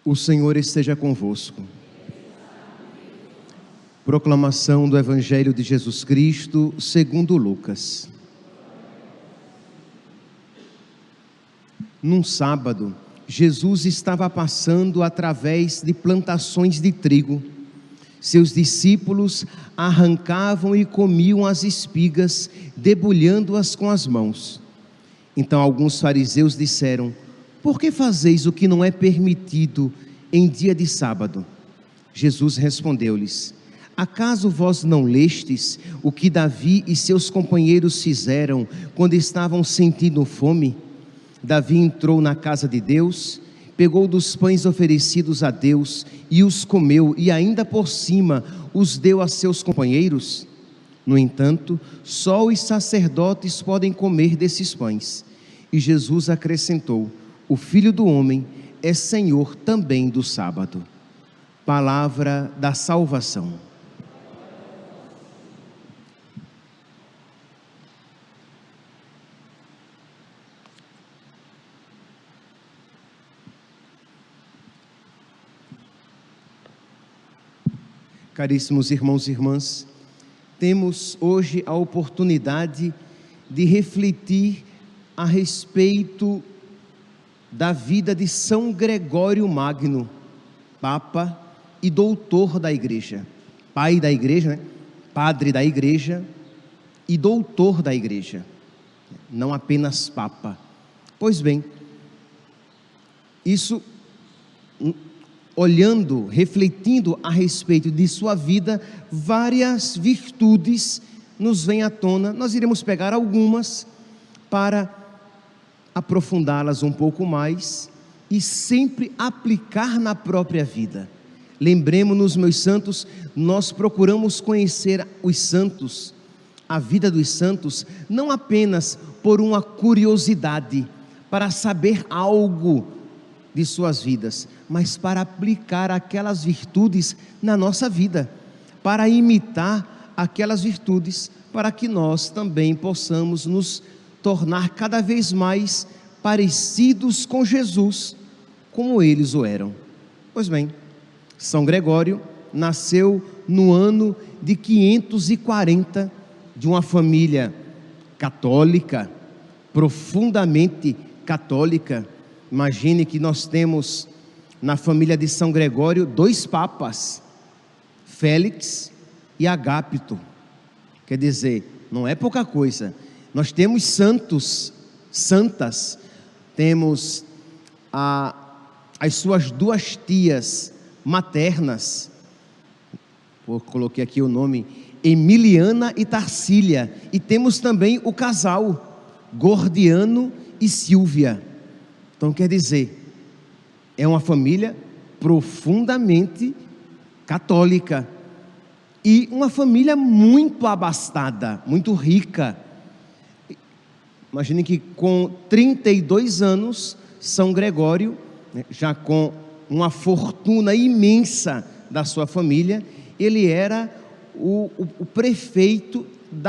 O Senhor esteja convosco. Proclamação do Evangelho de Jesus Cristo segundo Lucas. Num sábado, Jesus estava passando através de plantações de trigo. Seus discípulos arrancavam e comiam as espigas, debulhando-as com as mãos. Então alguns fariseus disseram: "Por que fazeis o que não é permitido em dia de sábado?" Jesus respondeu-lhes: "Acaso vós não lestes o que Davi e seus companheiros fizeram quando estavam sentindo fome? Davi entrou na casa de Deus, pegou dos pães oferecidos a Deus e os comeu, e ainda por cima os deu a seus companheiros. No entanto, só os sacerdotes podem comer desses pães." E Jesus acrescentou: "O Filho do Homem é Senhor também do sábado." Palavra da salvação. Caríssimos irmãos e irmãs, temos hoje a oportunidade de refletir a respeito da vida de São Gregório Magno, Papa e doutor da Igreja, pai da Igreja, padre da Igreja e doutor da Igreja, não apenas Papa. Pois bem, isso, olhando, refletindo a respeito de sua vida, várias virtudes nos vêm à tona. Nós iremos pegar algumas para aprofundá-las um pouco mais e sempre aplicar na própria vida. Lembremos-nos, meus santos, nós procuramos conhecer os santos, a vida dos santos, não apenas por uma curiosidade, para saber algo de suas vidas, mas para aplicar aquelas virtudes na nossa vida, para imitar aquelas virtudes, para que nós também possamos nos tornar cada vez mais parecidos com Jesus, como eles o eram. Pois bem, São Gregório nasceu no ano de 540, de uma família católica, profundamente católica. Imagine que nós temos na família de São Gregório 2 papas, Félix e Agapito. Quer dizer, não é pouca coisa. Nós temos santos, santas, temos as suas 2 tias maternas, coloquei aqui o nome, Emiliana e Tarsília, e temos também o casal, Gordiano e Silvia. Então quer dizer, é uma família profundamente católica, e uma família muito abastada, muito rica. Imagine que com 32 anos, São Gregório, já com uma fortuna imensa da sua família, ele era o prefeito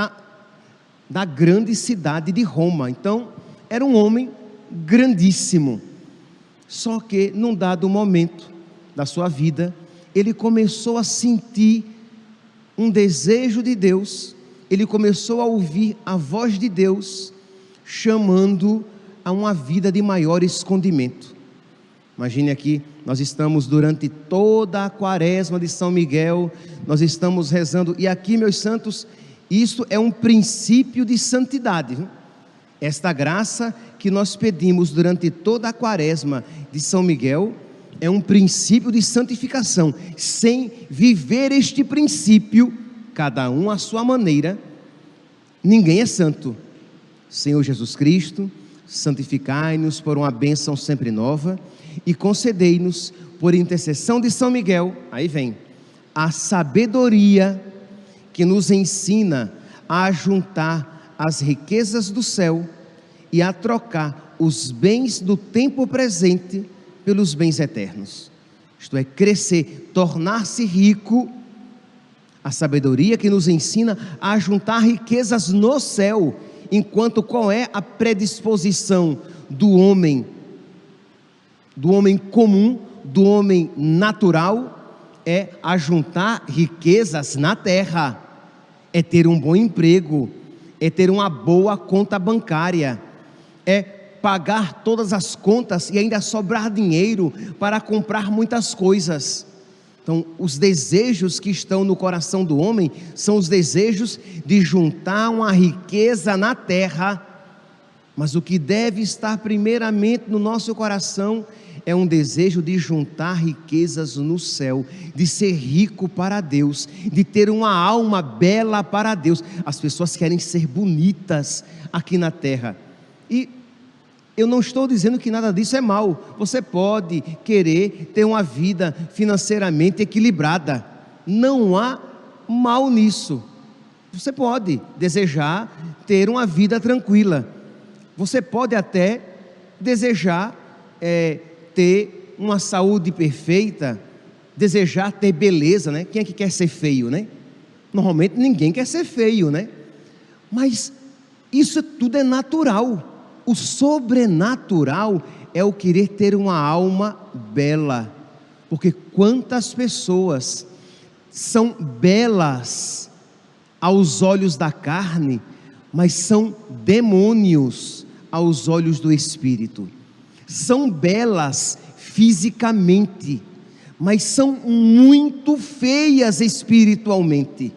da grande cidade de Roma. Então, era um homem grandíssimo. Só que, num dado momento da sua vida, ele começou a sentir um desejo de Deus, ele começou a ouvir a voz de Deus, chamando a uma vida de maior escondimento. Imagine aqui, nós estamos durante toda a quaresma de São Miguel, nós estamos rezando, e aqui, meus santos, isso é um princípio de santidade, viu? Esta graça que nós pedimos durante toda a quaresma de São Miguel é um princípio de santificação. Sem viver este princípio, cada um à sua maneira, ninguém é santo. Senhor Jesus Cristo, santificai-nos por uma bênção sempre nova e concedei-nos, por intercessão de São Miguel, aí vem, a sabedoria que nos ensina a juntar as riquezas do céu e a trocar os bens do tempo presente pelos bens eternos. Isto é, crescer, tornar-se rico, a sabedoria que nos ensina a juntar riquezas no céu, enquanto qual é a predisposição do homem comum do homem natural é ajuntar riquezas na terra, é ter um bom emprego, é ter uma boa conta bancária, é pagar todas as contas e ainda sobrar dinheiro para comprar muitas coisas. Então, os desejos que estão no coração do homem são os desejos de juntar uma riqueza na terra, mas o que deve estar primeiramente no nosso coração é um desejo de juntar riquezas no céu, de ser rico para Deus, de ter uma alma bela para Deus. As pessoas querem ser bonitas aqui na terra, e eu não estou dizendo que nada disso é mal. Você pode querer ter uma vida financeiramente equilibrada, não há mal nisso. Você pode desejar ter uma vida tranquila, você pode até desejar ter uma saúde perfeita, desejar ter beleza, né? Quem é que quer ser feio, né? Normalmente ninguém quer ser feio, né? Mas isso tudo é natural. O sobrenatural é o querer ter uma alma bela, porque quantas pessoas são belas aos olhos da carne, mas são demônios aos olhos do Espírito. São belas fisicamente, mas são muito feias espiritualmente.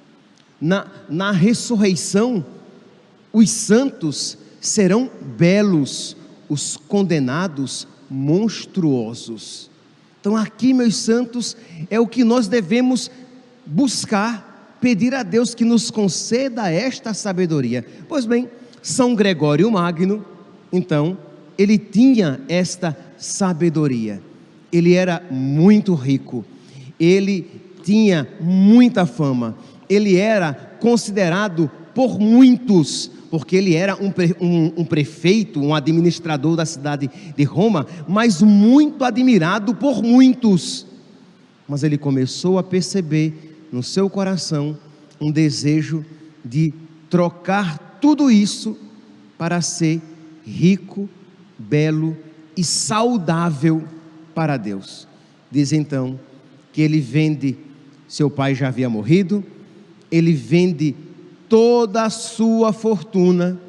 Na ressurreição, os santos serão belos, os condenados monstruosos. Então aqui, meus santos, é o que nós devemos buscar, pedir a Deus que nos conceda esta sabedoria. Pois bem, São Gregório Magno, então, ele tinha esta sabedoria. Ele era muito rico, ele tinha muita fama, ele era considerado por muitos, porque ele era um prefeito, um administrador da cidade de Roma, mas muito admirado por muitos. Mas ele começou a perceber no seu coração um desejo de trocar tudo isso para ser rico, belo e saudável para Deus. Diz então que ele vende, seu pai já havia morrido, ele vende toda a sua fortuna,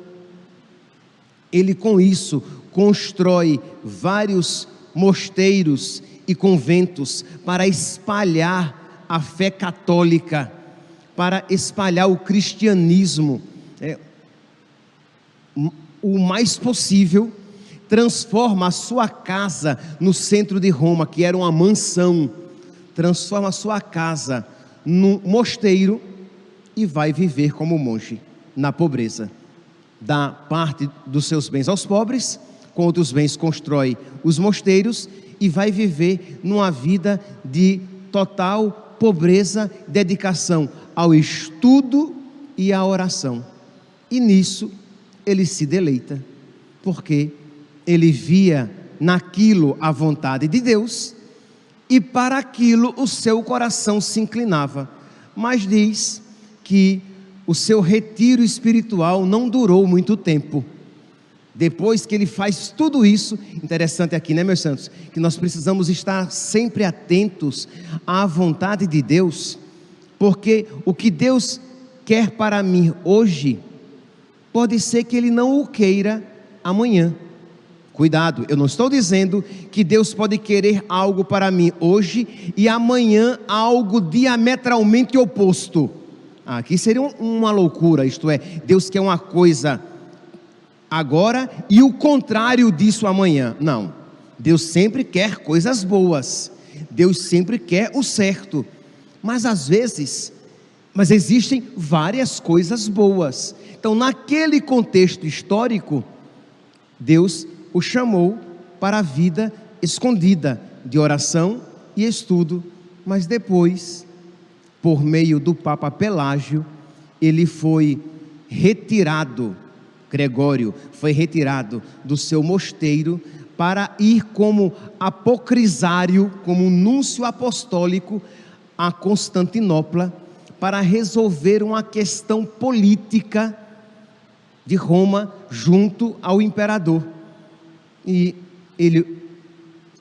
ele com isso constrói vários mosteiros e conventos para espalhar a fé católica, para espalhar o cristianismo, o mais possível. Transforma a sua casa no centro de Roma, que era uma mansão, transforma a sua casa num mosteiro e vai viver como monge, na pobreza. Dá parte dos seus bens aos pobres, com outros bens constrói os mosteiros e vai viver numa vida de total pobreza, dedicação ao estudo e à oração. E nisso ele se deleita, porque ele via naquilo a vontade de Deus, e para aquilo o seu coração se inclinava. Mas diz que o seu retiro espiritual não durou muito tempo. Depois que ele faz tudo isso, interessante aqui, né, meus santos, que nós precisamos estar sempre atentos à vontade de Deus, porque o que Deus quer para mim hoje, pode ser que Ele não o queira amanhã. Cuidado, eu não estou dizendo que Deus pode querer algo para mim hoje e amanhã algo diametralmente oposto. Aqui seria uma loucura, isto é, Deus quer uma coisa agora e o contrário disso amanhã. Não, Deus sempre quer coisas boas, Deus sempre quer o certo, mas às vezes, existem várias coisas boas. Então naquele contexto histórico, Deus o chamou para a vida escondida de oração e estudo, mas depois, por meio do Papa Pelágio, ele foi retirado, Gregório foi retirado do seu mosteiro para ir como apocrisário, como núncio apostólico a Constantinopla, para resolver uma questão política de Roma junto ao imperador. E ele,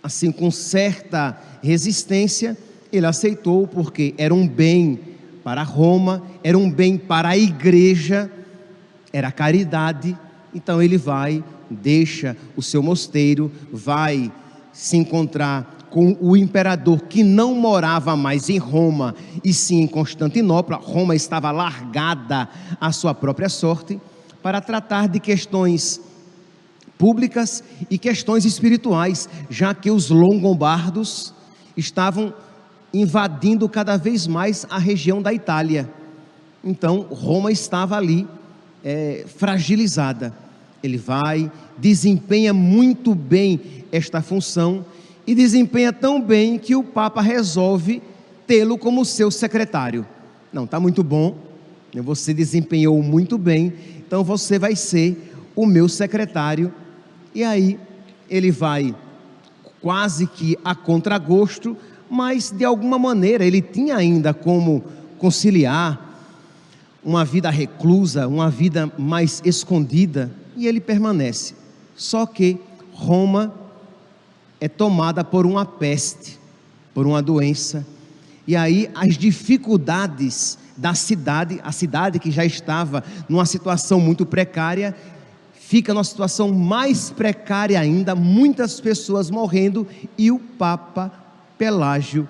assim com certa resistência, ele aceitou porque era um bem para Roma, era um bem para a igreja, era caridade. Então ele vai, deixa o seu mosteiro, vai se encontrar com o imperador, que não morava mais em Roma, e sim em Constantinopla. Roma estava largada à sua própria sorte, para tratar de questões públicas e questões espirituais, já que os longobardos estavam invadindo cada vez mais a região da Itália. Então Roma estava ali fragilizada. Ele vai, desempenha muito bem esta função, e desempenha tão bem que o Papa resolve tê-lo como seu secretário. Não, está muito bom, você desempenhou muito bem, então você vai ser o meu secretário. E aí ele vai quase que a contragosto, mas de alguma maneira ele tinha ainda como conciliar uma vida reclusa, uma vida mais escondida, e ele permanece. Só que Roma é tomada por uma peste, por uma doença, e aí as dificuldades da cidade, a cidade que já estava numa situação muito precária, fica numa situação mais precária ainda, muitas pessoas morrendo, e o Papa Pelágio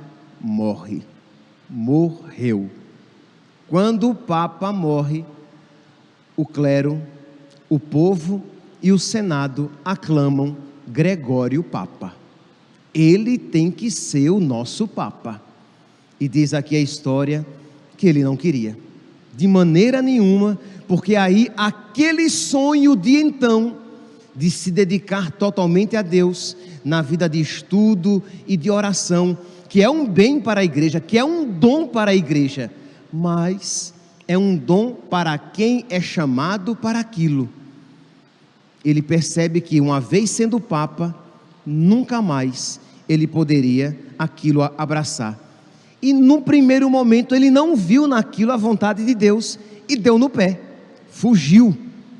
morreu. Quando o Papa morre, o clero, o povo e o Senado aclamam Gregório Papa. Ele tem que ser o nosso Papa. E diz aqui a história que ele não queria, de maneira nenhuma, porque aí aquele sonho de então, de se dedicar totalmente a Deus, na vida de estudo e de oração, que é um bem para a igreja, que é um dom para a igreja, mas é um dom para quem é chamado para aquilo. Ele percebe que uma vez sendo Papa, nunca mais ele poderia aquilo abraçar. E no primeiro momento ele não viu naquilo a vontade de Deus e deu no pé, fugiu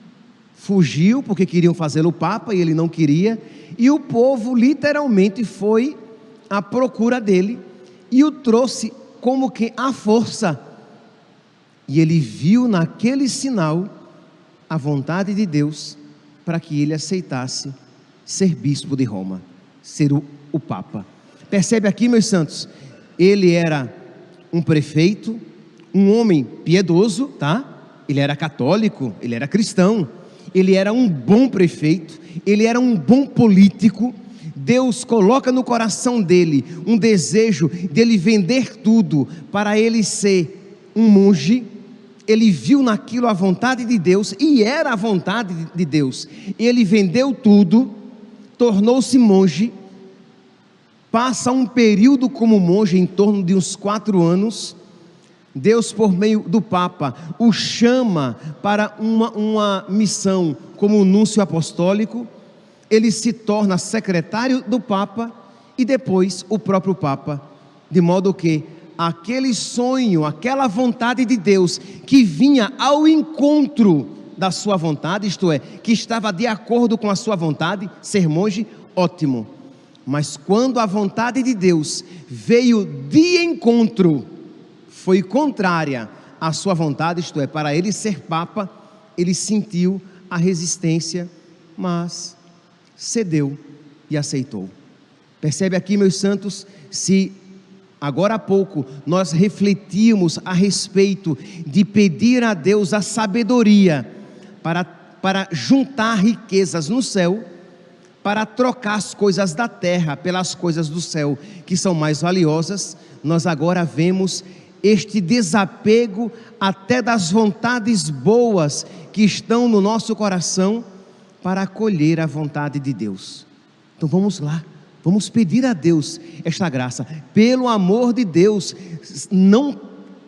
porque queriam fazê-lo Papa e ele não queria, e o povo literalmente foi à procura dele e o trouxe como que à força, e ele viu naquele sinal a vontade de Deus para que ele aceitasse ser bispo de Roma, ser o Papa. Percebe aqui, meus santos, ele era um prefeito, um homem piedoso, tá? Ele era católico, ele era cristão, ele era um bom prefeito, ele era um bom político. Deus coloca no coração dele um desejo dele vender tudo para ele ser um monge. Ele viu naquilo a vontade de Deus, e era a vontade de Deus. Ele vendeu tudo, tornou-se monge, passa um período como monge, em torno de uns 4 anos. Deus, por meio do Papa, o chama para uma missão como núncio apostólico. Ele se torna secretário do Papa e depois o próprio Papa, de modo que aquele sonho, aquela vontade de Deus que vinha ao encontro da sua vontade, isto é, que estava de acordo com a sua vontade, ser monge, ótimo. Mas quando a vontade de Deus veio de encontro, foi contrária à sua vontade, isto é, para ele ser Papa, ele sentiu a resistência, mas cedeu e aceitou. Percebe aqui, meus santos, se agora há pouco nós refletimos a respeito de pedir a Deus a sabedoria para juntar riquezas no céu, para trocar as coisas da terra pelas coisas do céu, que são mais valiosas. Nós agora vemos este desapego até das vontades boas que estão no nosso coração, para acolher a vontade de Deus. Então vamos lá, vamos pedir a Deus esta graça. Pelo amor de Deus, não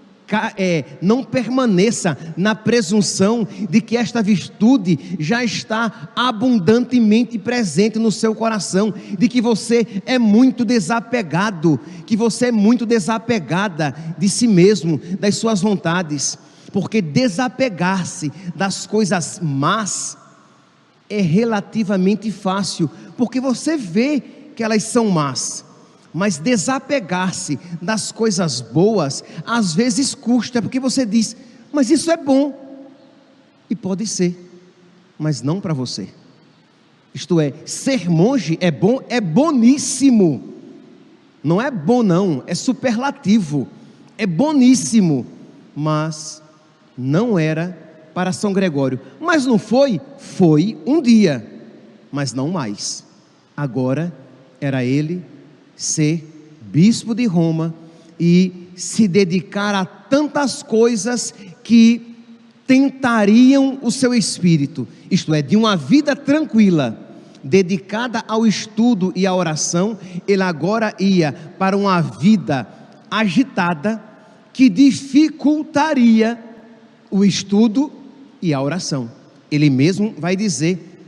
permaneça na presunção de que esta virtude já está abundantemente presente no seu coração, de que você é muito desapegado, que você é muito desapegada de si mesmo, das suas vontades, porque desapegar-se das coisas más é relativamente fácil, porque você vê que elas são más, mas desapegar-se das coisas boas, às vezes custa, porque você diz, mas isso é bom, e pode ser, mas não para você. Isto é, ser monge é bom, é boníssimo, não é bom não, é superlativo, é boníssimo, mas não era para São Gregório. Mas não foi? Foi um dia, mas não mais. Agora era ele ser bispo de Roma e se dedicar a tantas coisas que tentariam o seu espírito, isto é, de uma vida tranquila, dedicada ao estudo e à oração, ele agora ia para uma vida agitada, que dificultaria o estudo e a oração. Ele mesmo vai dizer,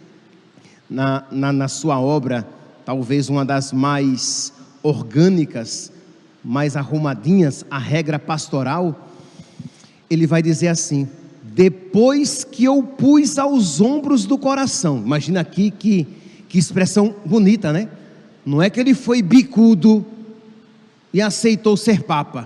na sua obra, talvez uma das mais orgânicas, mais arrumadinhas, a regra pastoral, ele vai dizer assim: depois que eu pus aos ombros do coração. Imagina aqui que expressão bonita, né? Não é que ele foi bicudo e aceitou ser papa.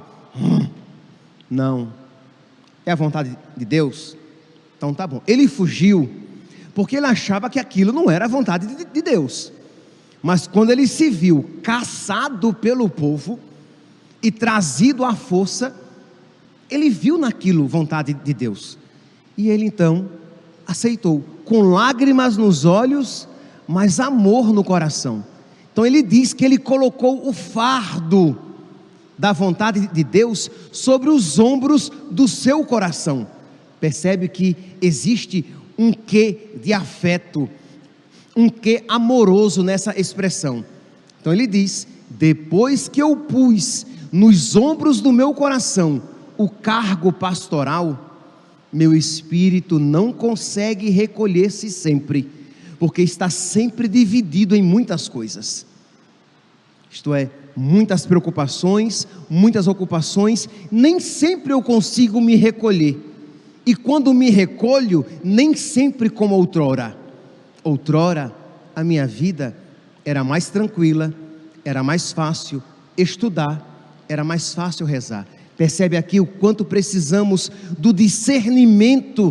Não, é a vontade de Deus, então tá bom. Ele fugiu porque ele achava que aquilo não era a vontade de Deus, mas quando ele se viu caçado pelo povo e trazido à força, ele viu naquilo vontade de Deus, e ele então aceitou, com lágrimas nos olhos, mas amor no coração. Então ele diz que ele colocou o fardo da vontade de Deus sobre os ombros do seu coração. Percebe que existe um quê de afeto, um quê amoroso nessa expressão. Então ele diz: depois que eu pus nos ombros do meu coração o cargo pastoral, meu espírito não consegue recolher-se sempre, porque está sempre dividido em muitas coisas. Isto é, muitas preocupações, muitas ocupações, nem sempre eu consigo me recolher, e quando me recolho, nem sempre como outrora. Outrora, a minha vida era mais tranquila, era mais fácil estudar, era mais fácil rezar. Percebe aqui o quanto precisamos do discernimento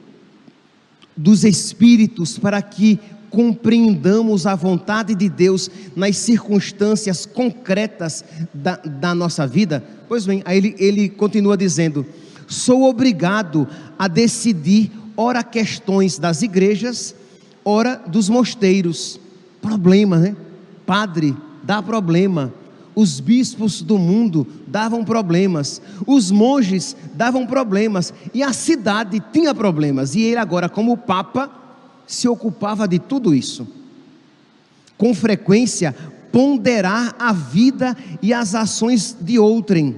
dos espíritos para que compreendamos a vontade de Deus nas circunstâncias concretas da nossa vida. Pois bem, aí ele continua dizendo: sou obrigado a decidir ora questões das igrejas, ora dos mosteiros. Problema, né? Padre, dá problema. Os bispos do mundo davam problemas, os monges davam problemas, e a cidade tinha problemas, e ele agora, como Papa, se ocupava de tudo isso. Com frequência, ponderar a vida e as ações de outrem,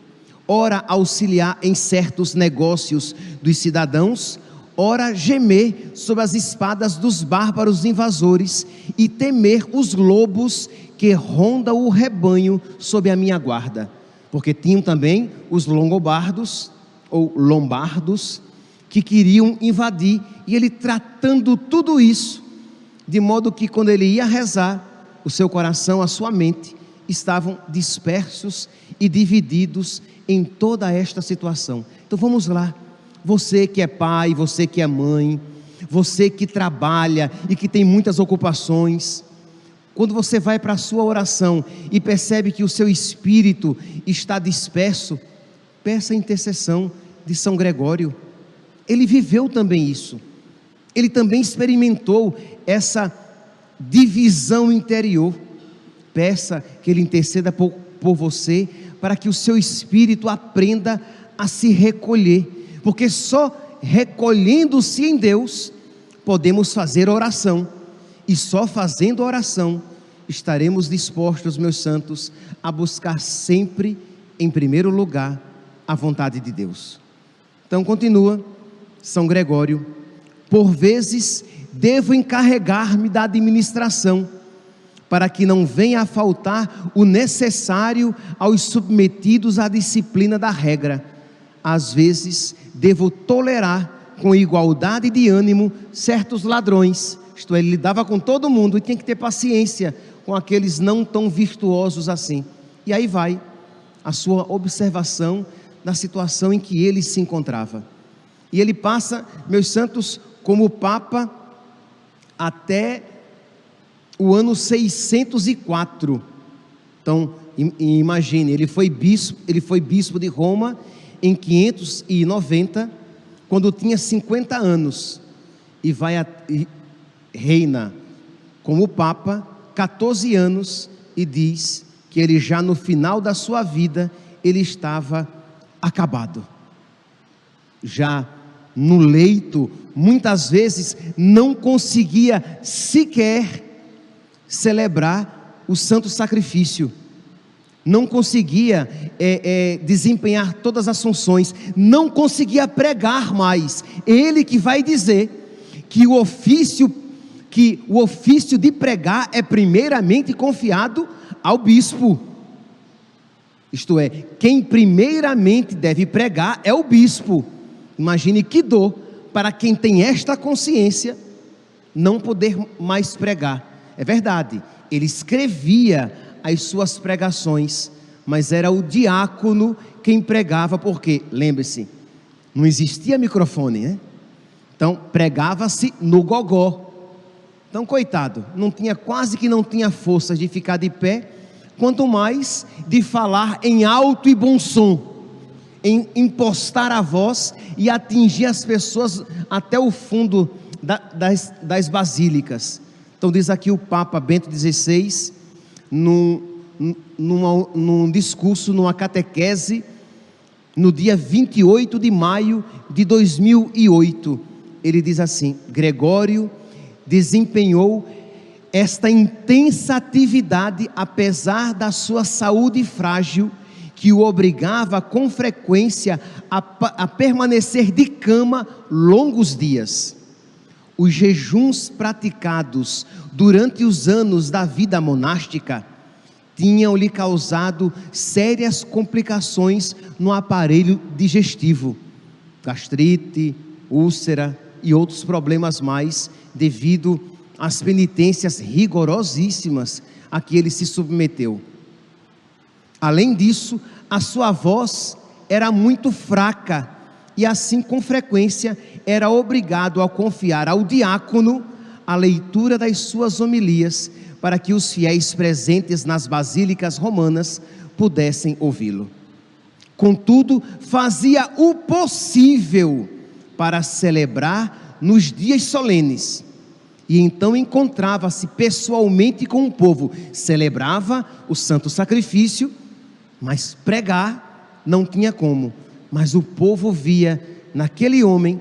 ora auxiliar em certos negócios dos cidadãos, ora gemer sob as espadas dos bárbaros invasores e temer os lobos que rondam o rebanho sob a minha guarda. Porque tinham também os longobardos, ou lombardos, que queriam invadir, e ele tratando tudo isso, de modo que quando ele ia rezar, o seu coração, a sua mente, estavam dispersos e divididos em toda esta situação. Então vamos lá, você que é pai, você que é mãe, você que trabalha e que tem muitas ocupações, quando você vai para a sua oração e percebe que o seu espírito está disperso, peça a intercessão de São Gregório. Ele viveu também isso, ele também experimentou essa divisão interior. Peça que ele interceda por você, para que o seu espírito aprenda a se recolher, porque só recolhendo-se em Deus podemos fazer oração, e só fazendo oração estaremos dispostos, meus santos, a buscar sempre em primeiro lugar a vontade de Deus. Então continua São Gregório: por vezes devo encarregar-me da administração, para que não venha a faltar o necessário aos submetidos à disciplina da regra. Às vezes devo tolerar com igualdade de ânimo certos ladrões, isto é, ele lidava com todo mundo e tinha que ter paciência com aqueles não tão virtuosos assim. E aí vai a sua observação da situação em que ele se encontrava. E ele passa, meus santos, como Papa até o ano 604. Então, imagine, ele foi bispo de Roma em 590, quando tinha 50 anos, e reina como Papa 14 anos, e diz que ele já no final da sua vida, ele estava acabado, já no leito, muitas vezes não conseguia sequer celebrar o santo sacrifício, não conseguia desempenhar todas as funções, não conseguia pregar mais. Ele que vai dizer que o ofício de pregar é primeiramente confiado ao bispo. Isto é, quem primeiramente deve pregar é o bispo. Imagine que dor para quem tem esta consciência não poder mais pregar. É verdade, ele escrevia as suas pregações, mas era o diácono quem pregava, porque, lembre-se, não existia microfone, né? Então pregava-se no gogó. Então, coitado, quase que não tinha forças de ficar de pé, quanto mais de falar em alto e bom som, em impostar a voz e atingir as pessoas até o fundo das basílicas. Então diz aqui o Papa Bento XVI, num discurso, numa catequese, no dia 28 de maio de 2008, ele diz assim: Gregório desempenhou esta intensa atividade apesar da sua saúde frágil, que o obrigava com frequência a permanecer de cama longos dias. Os jejuns praticados durante os anos da vida monástica tinham-lhe causado sérias complicações no aparelho digestivo, gastrite, úlcera e outros problemas mais, devido às penitências rigorosíssimas a que ele se submeteu. Além disso, a sua voz era muito fraca, e assim com frequência era obrigado a confiar ao diácono a leitura das suas homilias, para que os fiéis presentes nas basílicas romanas pudessem ouvi-lo. Contudo, fazia o possível para celebrar nos dias solenes, e então encontrava-se pessoalmente com o povo, celebrava o santo sacrifício, mas pregar não tinha como. Mas o povo via naquele homem,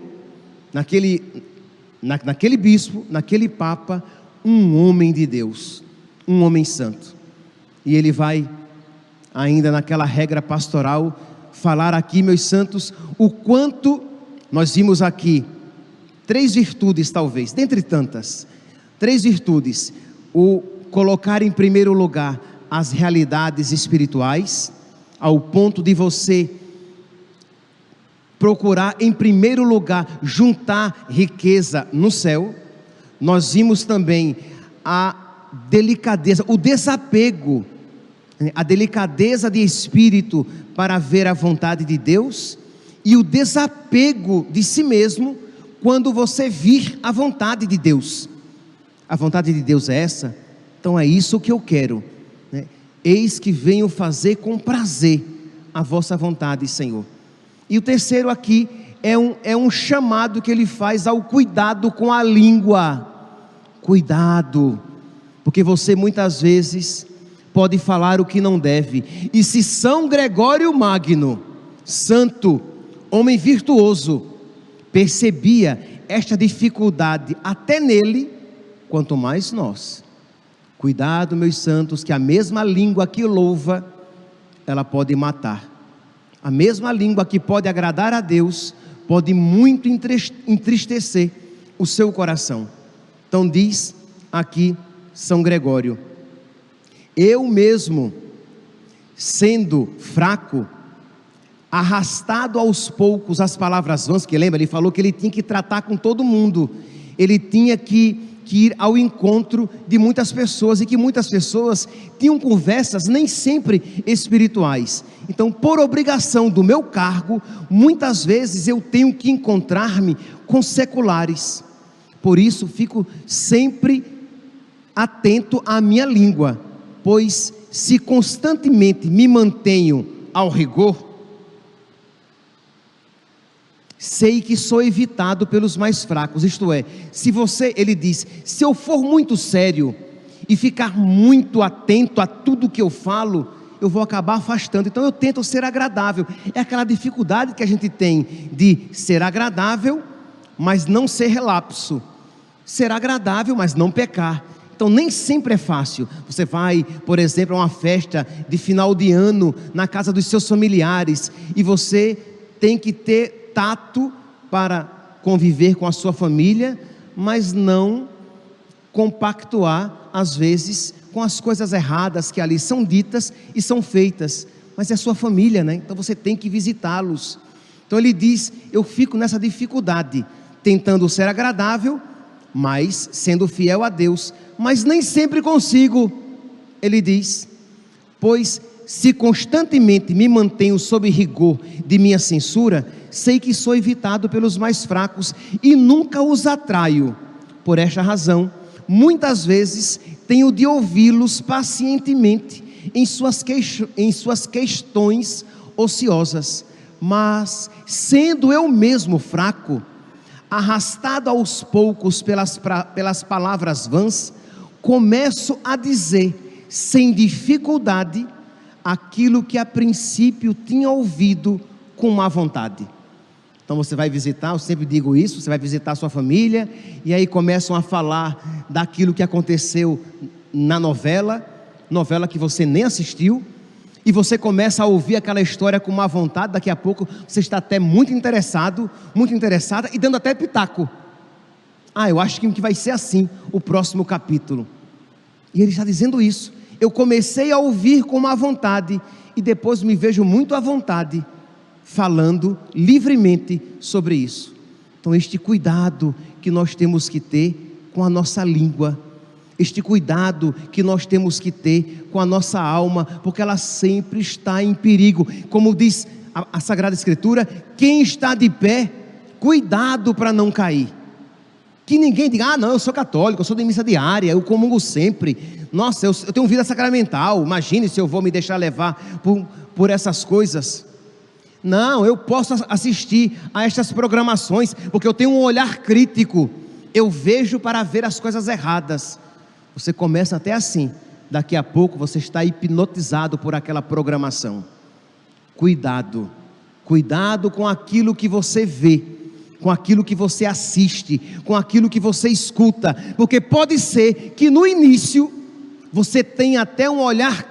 naquele bispo, naquele Papa, um homem de Deus, um homem santo. E ele vai, ainda naquela regra pastoral, falar aqui, meus santos, o quanto nós vimos aqui 3 virtudes, talvez, dentre tantas, 3 virtudes: o colocar em primeiro lugar as realidades espirituais, ao ponto de você procurar em primeiro lugar juntar riqueza no céu. Nós vimos também a delicadeza, o desapego, a delicadeza de espírito para ver a vontade de Deus, e o desapego de si mesmo quando você vir a vontade de Deus. A vontade de Deus é essa, então é isso que eu quero, né? Eis que venho fazer com prazer a vossa vontade, Senhor. E o terceiro aqui é um chamado que ele faz ao cuidado com a língua. Cuidado, porque você muitas vezes pode falar o que não deve. E se São Gregório Magno, santo, homem virtuoso, percebia esta dificuldade até nele, quanto mais nós. Cuidado, meus santos, que a mesma língua que louva, ela pode matar. A mesma língua que pode agradar a Deus, pode muito entristecer o seu coração. Então diz aqui São Gregório: eu mesmo, sendo fraco, arrastado aos poucos as palavras vãs, que lembra, ele falou que ele tinha que tratar com todo mundo, ele tinha que que ir ao encontro de muitas pessoas, e que muitas pessoas tinham conversas nem sempre espirituais. Então, por obrigação do meu cargo, muitas vezes eu tenho que encontrar-me com seculares. Por isso, fico sempre atento à minha língua, pois se constantemente me mantenho ao rigor, sei que sou evitado pelos mais fracos. Isto é, ele diz, se eu for muito sério e ficar muito atento a tudo que eu falo, eu vou acabar afastando. Então eu tento ser agradável. É aquela dificuldade que a gente tem de ser agradável, mas não ser relapso, ser agradável, mas não pecar. Então nem sempre é fácil. Você vai, por exemplo, a uma festa de final de ano na casa dos seus familiares, e você tem que ter tato para conviver com a sua família, mas não compactuar às vezes com as coisas erradas que ali são ditas e são feitas. Mas é sua família, né? Então você tem que visitá-los. Então ele diz, eu fico nessa dificuldade, tentando ser agradável, mas sendo fiel a Deus, mas nem sempre consigo. Ele diz, pois se constantemente me mantenho sob rigor de minha censura, sei que sou evitado pelos mais fracos e nunca os atraio. Por esta razão, muitas vezes tenho de ouvi-los pacientemente em suas questões ociosas, mas sendo eu mesmo fraco, arrastado aos poucos pelas palavras vãs, começo a dizer sem dificuldade aquilo que a princípio tinha ouvido com má vontade. Então você vai visitar, eu sempre digo isso, você vai visitar a sua família, e aí começam a falar daquilo que aconteceu na novela que você nem assistiu, e você começa a ouvir aquela história com má vontade. Daqui a pouco você está até muito interessado, muito interessada, e dando até pitaco. Eu acho que vai ser assim o próximo capítulo. E ele está dizendo isso. Eu comecei a ouvir com má vontade, e depois me vejo muito à vontade, falando livremente sobre isso. Então este cuidado que nós temos que ter com a nossa língua, este cuidado que nós temos que ter com a nossa alma, porque ela sempre está em perigo. Como diz a Sagrada Escritura, quem está de pé, cuidado para não cair. Que ninguém diga, não, eu sou católico, eu sou de missa diária, eu comungo sempre, nossa, eu tenho vida sacramental, imagine se eu vou me deixar levar por essas coisas. Não, eu posso assistir a estas programações, porque eu tenho um olhar crítico, eu vejo para ver as coisas erradas. Você começa até assim, daqui a pouco você está hipnotizado por aquela programação. Cuidado com aquilo que você vê, com aquilo que você assiste, com aquilo que você escuta, porque pode ser que no início você tenha até um olhar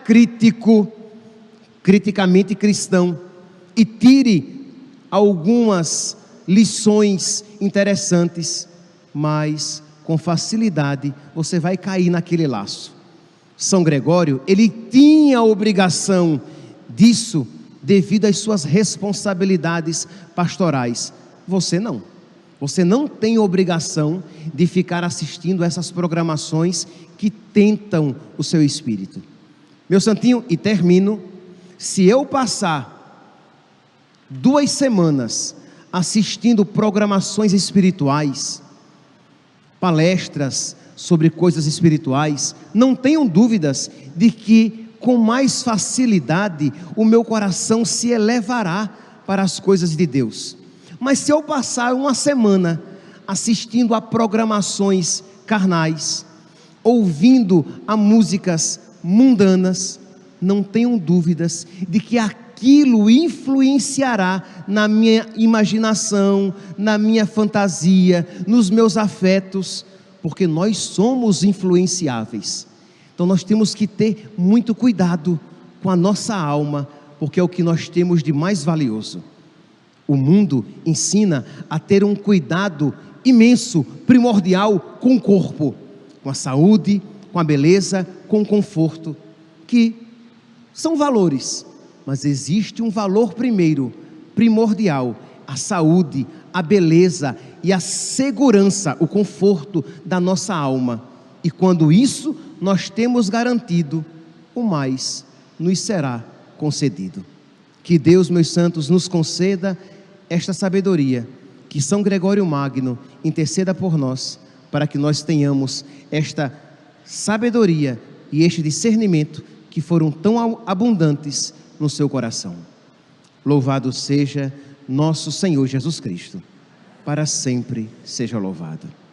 criticamente cristão, e tire algumas lições interessantes, mas com facilidade você vai cair naquele laço. São Gregório, ele tinha a obrigação disso devido às suas responsabilidades pastorais. Você não tem obrigação de ficar assistindo essas programações que tentam o seu espírito. Meu santinho, e termino, se eu passar 2 semanas assistindo programações espirituais, palestras sobre coisas espirituais, não tenham dúvidas de que com mais facilidade o meu coração se elevará para as coisas de Deus. Mas se eu passar 1 semana assistindo a programações carnais, ouvindo a músicas mundanas, não tenham dúvidas de que aquilo influenciará na minha imaginação, na minha fantasia, nos meus afetos, porque nós somos influenciáveis. Então nós temos que ter muito cuidado com a nossa alma, porque é o que nós temos de mais valioso. O mundo ensina a ter um cuidado imenso, primordial com o corpo, com a saúde, com a beleza, com o conforto, que são valores, mas existe um valor primordial, a saúde, a beleza e a segurança, o conforto da nossa alma. E quando isso nós temos garantido, o mais nos será concedido. Que Deus, meus santos, nos conceda esta sabedoria, que São Gregório Magno interceda por nós, para que nós tenhamos esta sabedoria e este discernimento que foram tão abundantes no seu coração. Louvado seja nosso Senhor Jesus Cristo, para sempre seja louvado.